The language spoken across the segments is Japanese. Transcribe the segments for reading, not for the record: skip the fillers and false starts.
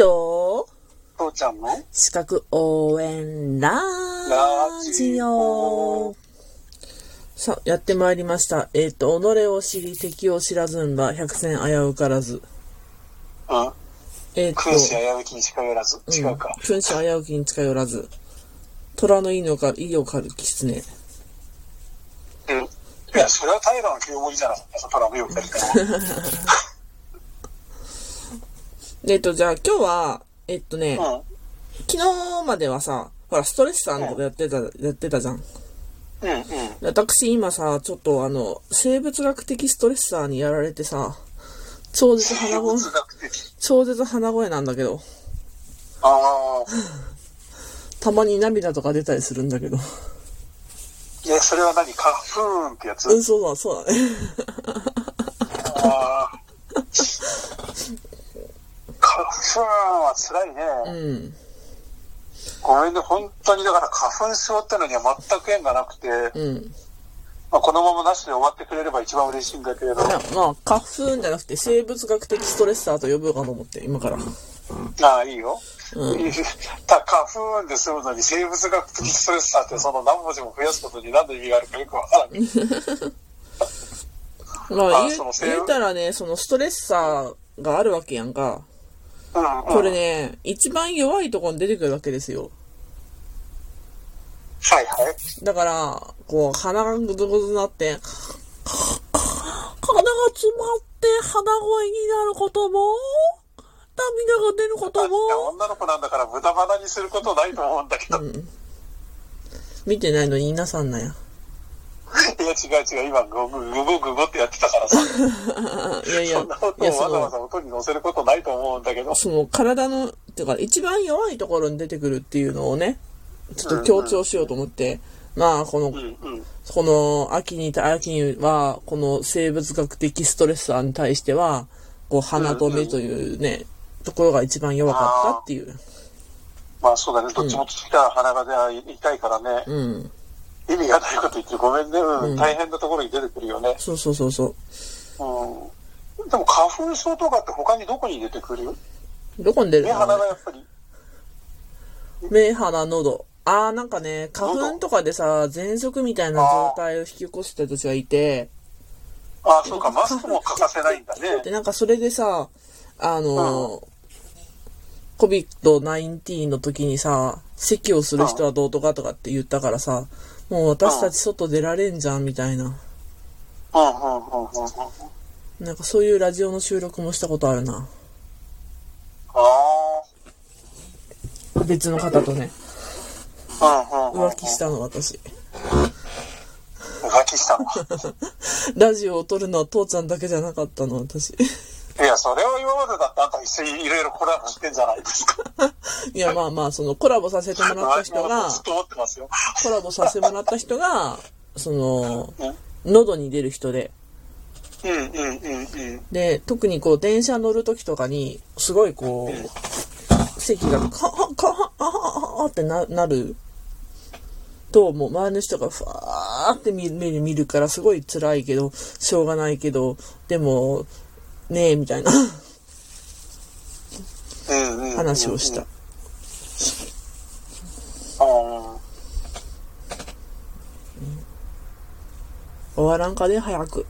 と父ちゃんの資格応援ラジオ。さあ、やってまいりました。己を知り敵を知らずんば百戦危うからず。 君子危うきに近寄らず。違うか。 君子危うきに近寄らず。虎の意を狩る狐。 いや、それは平の清盛じゃなかった。虎の意を狩るから。 じゃあ今日は、昨日まではさ、ほら、ストレッサーのことやってたじゃん。私今さ、ちょっと生物学的ストレッサーにやられてさ、超絶鼻声なんだけど。たまに涙とか出たりするんだけど。 いや、それは何？花粉ってやつ？ そうだね。 花粉は辛いね。ごめんね、本当にだから花粉症ってのには全く縁がなくて、このままなしで終わってくれれば一番嬉しいんだけれど。 花粉じゃなくて生物学的ストレッサーと呼ぶかと思って、今から。 いいよ。花粉で済むのに生物学的ストレッサーってその何文字も増やすことに何の意味があるかよくわからない。 言うたらね、そのストレッサーがあるわけやんか。これね、一番弱いところに出てくるわけですよ。 はいはい。 だから、鼻がぐずぐずになって、鼻が詰まって鼻声になることも、涙が出ることも。 女の子なんだから無駄鼻にすることないと思うんだけど。 見てないのに言いなさんなや。 いや違う、今グゴってやってたからさ。 いやそんなことをわざわざ音に乗せることないと思うんだけど。 その体の、っていうか一番弱いところに出てくるっていうのをね、ちょっと強調しようと思って、この秋には、この生物学的ストレッサーに対しては、鼻と目というね、ところが一番弱かったっていう。 そうだね、どっちもつったら鼻が痛いからね。意味がないこと言ってごめんね。大変なところに出てくるよね。 そう。 でも花粉症とかって他にどこに出てくる？ どこに出るの？ 目鼻がやっぱり。 目鼻喉。なんかね、花粉とかでさ、喘息みたいな状態を引き起こした人たちがいて。 そうか、マスクも欠かせないんだね。 で、なんかそれでさ、COVID-19 の時にさ、咳をする人はどうとかとかって言ったからさ、もう私たち外出られんじゃんみたいな。なんかそういうラジオの収録もしたことあるな。別の方とね。浮気したの私。 浮気したのラジオを撮るのは父ちゃんだけじゃなかったの私。 いや、それは今までだってあんた一緒にいろいろコラボしてんじゃないですか。 いや、そのコラボさせてもらった人が、その、喉に出る人で。で、特に電車乗るときとかに、すごい咳がカーってなると、もう周りの人がふわーって見るからすごい辛いけど、しょうがないけど、でも、ねえ、みたいな話をした。終わらんかで早く。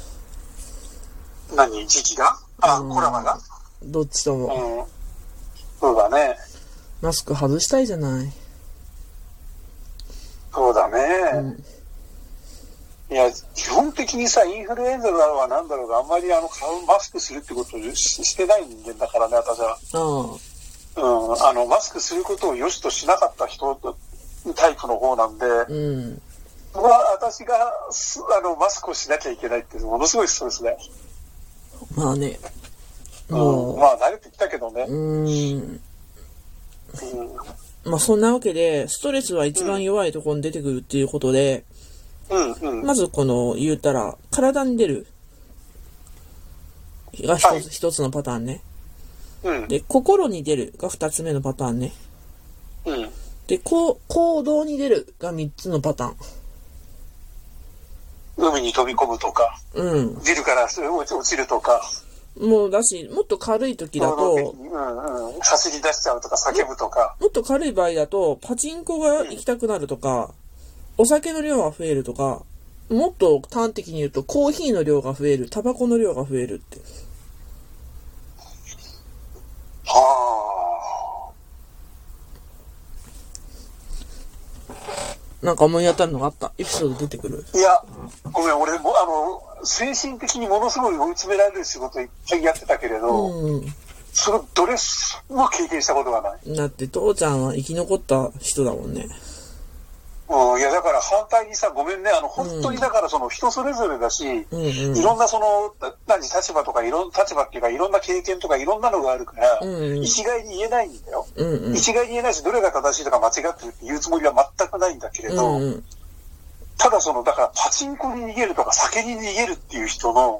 何？時期が？コロナが？ どっちとも。 そうだね。 マスク外したいじゃない。 そうだね。いや、基本的にさ、インフルエンザだろうがなんだろうが、あんまりマスクするってことをしてない人間だからね、私は。マスクすることを良しとしなかった人タイプの方なんで、私がマスクをしなきゃいけないってものすごいストレスね。 慣れてきたけどね。 そんなわけで、ストレスは一番弱いところに出てくるっていうことで、まず言うたら、体に出るが一つのパターンね。で、心に出るが二つ目のパターンね。で、行動に出るが三つのパターン。 海に飛び込むとか、ビルから落ちるとか。 もうだし、もっと軽い時だと、 走り出しちゃうとか叫ぶとか。 もっと軽い場合だと、パチンコが行きたくなるとか、お酒の量が増えるとか、もっと端的に言うと、コーヒーの量が増える、タバコの量が増えるって。 はあ。なんか思い当たるのがあった。エピソード出てくる？ いや、ごめん、俺も、精神的にものすごい追い詰められる仕事いっぱいやってたけれど、そのどれも経験したことがない。 だって、父ちゃんは生き残った人だもんね。 いや、だから反対にさ、ごめんね、本当にだからその人それぞれだし、いろんなその、立場とか、立場っていうか、いろんな経験とか、いろんなのがあるから、一概に言えないんだよ。一概に言えないし、どれが正しいとか間違ってるって言うつもりは全くないんだけれど、ただだからパチンコに逃げるとか、酒に逃げるっていう人の、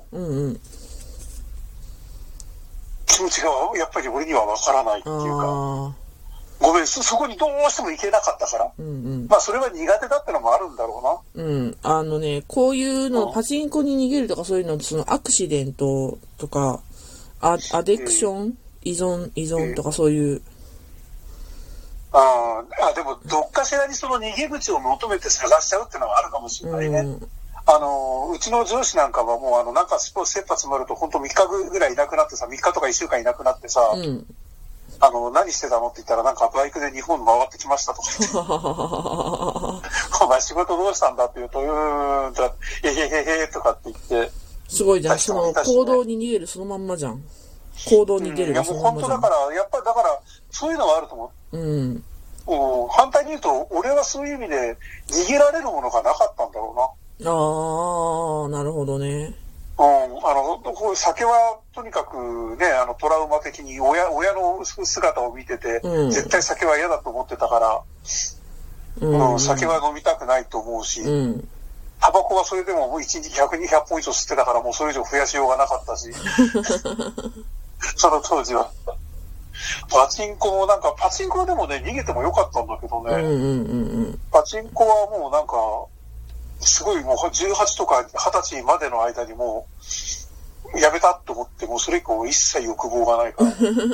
気持ちが、やっぱり俺にはわからないっていうか、ごめん、そこにどうしても行けなかったから。まあ、それは苦手だったのもあるんだろうな。こういうの、パチンコに逃げるとかそういうの、そのアクシデントとか、アデクション、依存とかそういう。 でも、どっかしらにその逃げ口を求めて探しちゃうっていうのはあるかもしれないね。うちの上司なんかはもう、なんか切羽詰まると、ほんと3日ぐらいいなくなってさ、3日とか1週間いなくなってさ、何してたのって言ったら、なんかバイクで日本回ってきましたとか言って。お前仕事どうしたんだって言うと、へとかって言って。 すごいじゃん。その行動に逃げるそのまんまじゃん。行動に出るがそのまんまじゃん。 いやもう本当だから、やっぱりだから、そういうのはあると思う。反対に言うと、俺はそういう意味で逃げられるものがなかったんだろうな。なるほどね。 こう酒はとにかくね、トラウマ的に親の姿を見てて、絶対酒は嫌だと思ってたから、酒は飲みたくないと思うし、タバコはそれでももう1日100、200本以上吸ってたから、もうそれ以上増やしようがなかったし、その当時は。パチンコはでもね、逃げてもよかったんだけどね、パチンコはもうなんか、すごいもう18とか20歳までの間にもうやめたと思って、もうそれ以降一切欲望がないから。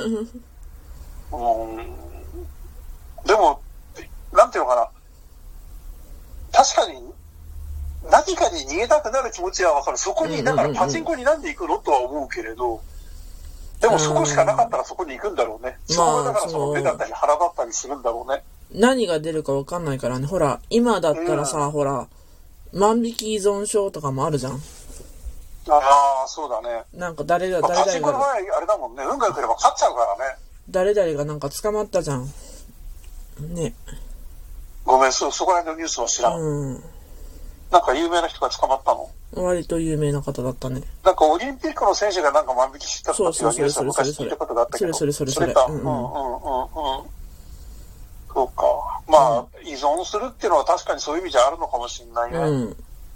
でも、なんていうのかな。確かに何かに逃げたくなる気持ちはわかる。そこに、だからパチンコになんで行くのとは思うけれど、でもそこしかなかったらそこに行くんだろうね。そこがだからその目だったり腹だったりするんだろうね。 何が出るかわかんないからね。ほら、今だったらさ、ほら、万引き依存症とかもあるじゃん。 そうだね。 なんか誰々が。 パチンコの場合あれだもんね。運が良ければ勝っちゃうからね。 誰々がなんか捕まったじゃん。ね。 ごめん、そこら辺のニュースは知らん。なんか有名な人が捕まったの？ 割と有名な方だったね。 なんかオリンピックの選手がなんか万引きしたっていうニュースは昔聞いたことがあったけど。 それ。 それか。そうか。まあ、依存するっていうのは確かにそういう意味じゃあるのかもしれないね。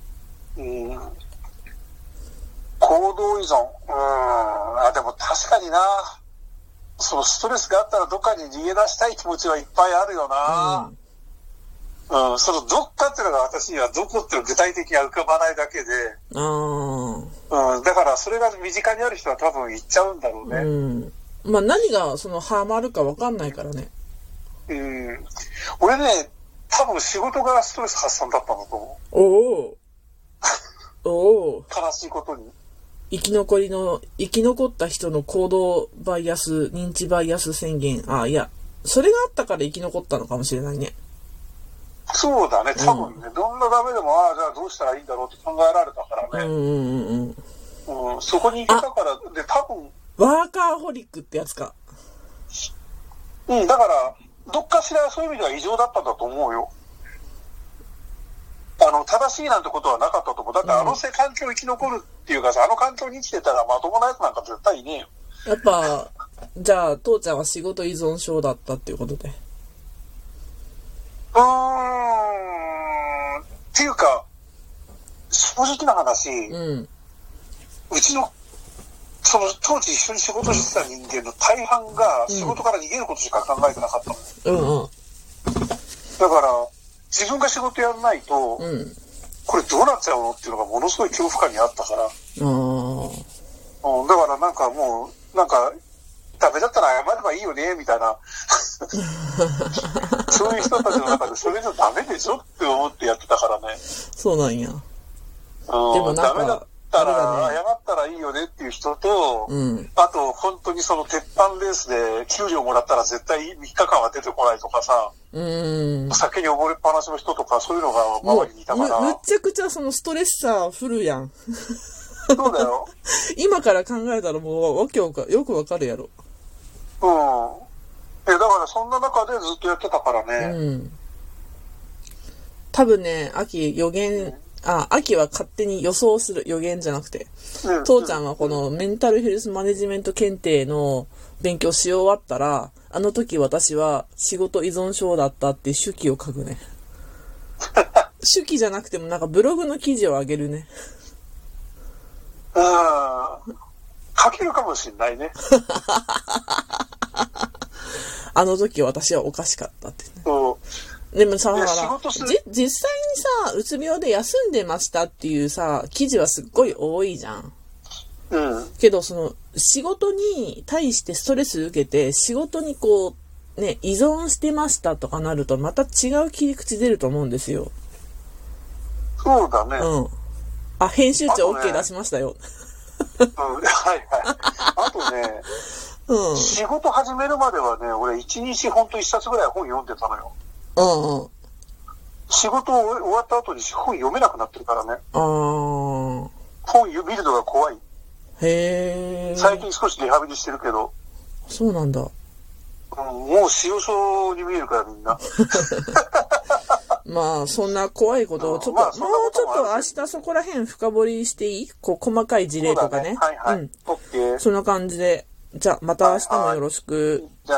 行動依存。でも確かにな。そのストレスがあったらどっかに逃げ出したい気持ちはいっぱいあるよな。そのどっかっていうのが私にはどこっていうの具体的には浮かばないだけで。だからそれが身近にある人は多分行っちゃうんだろうね。 まあ何がそのハマるか分かんないからね。 俺ね、多分仕事がストレス発散だったんだと思う。悲しいことに。 生き残った人の行動バイアス、認知バイアス宣言。いや、それがあったから生き残ったのかもしれないね。 そうだね、多分ね、どんなダメでも、じゃあどうしたらいいんだろうって考えられたからね。そこに行けたから、で、多分。 ワーカーホリックってやつか。 だから、どっかしらそういう意味では異常だったんだと思うよ。正しいなんてことはなかったと思う。だって環境生き残るっていうかさ、環境に生きてたらまともなやつなんか絶対いねえよ。 やっぱ、じゃあ、父ちゃんは仕事依存症だったっていうことで。 っていうか、正直な話、うちの、その当時一緒に仕事してた人間の大半が仕事から逃げることしか考えてなかったの。だから、自分が仕事やらないと、これどうなっちゃうのっていうのがものすごい恐怖感にあったから。 だからなんかもう、なんか、ダメだったら謝ればいいよね、みたいな。そういう人たちの中でそれじゃダメでしょって思ってやってたからね。 そうなんや。でもなんか、 ダメだったら、謝ったらいいよねっていう人と、あと本当にその鉄板レースで給料もらったら絶対3日間は出てこないとかさ、酒に溺れっぱなしの人とかそういうのが周りにいたから。 むっちゃくちゃそのストレッサーフルやん。 そうだよ。 今から考えたらもうよくわかるやろ。 だからそんな中でずっとやってたからね。 多分ね、秋は勝手に予想する、予言じゃなくて。父ちゃんはこのメンタルヘルスマネジメント検定の勉強し終わったら、あの時私は仕事依存症だったって手記を書くね。手記じゃなくてもなんかブログの記事をあげるね。 書けるかもしんないね。 あの時私はおかしかったってね。でもさ、実際にさ、うつ病で休んでましたっていうさ、記事はすっごい多いじゃん。けど、その、仕事に対してストレス受けて、仕事にこう、ね、依存してましたとかなると、また違う切り口出ると思うんですよ。 そうだね。 編集長 OK 出しましたよ。 はいはい。あとね、仕事始めるまではね、俺1日ほんと1冊ぐらい本読んでたのよ。仕事終わった後に本読めなくなってるからね。本見るのが怖い。最近少しリハビリしてるけど。 そうなんだ。 もう塩症に見えるからみんな。 まあ、そんな怖いことをちょっと、もうちょっと明日そこら辺深掘りしていい？こう、細かい事例とかね。 はいはい。 そんな感じで。じゃあ、また明日もよろしく。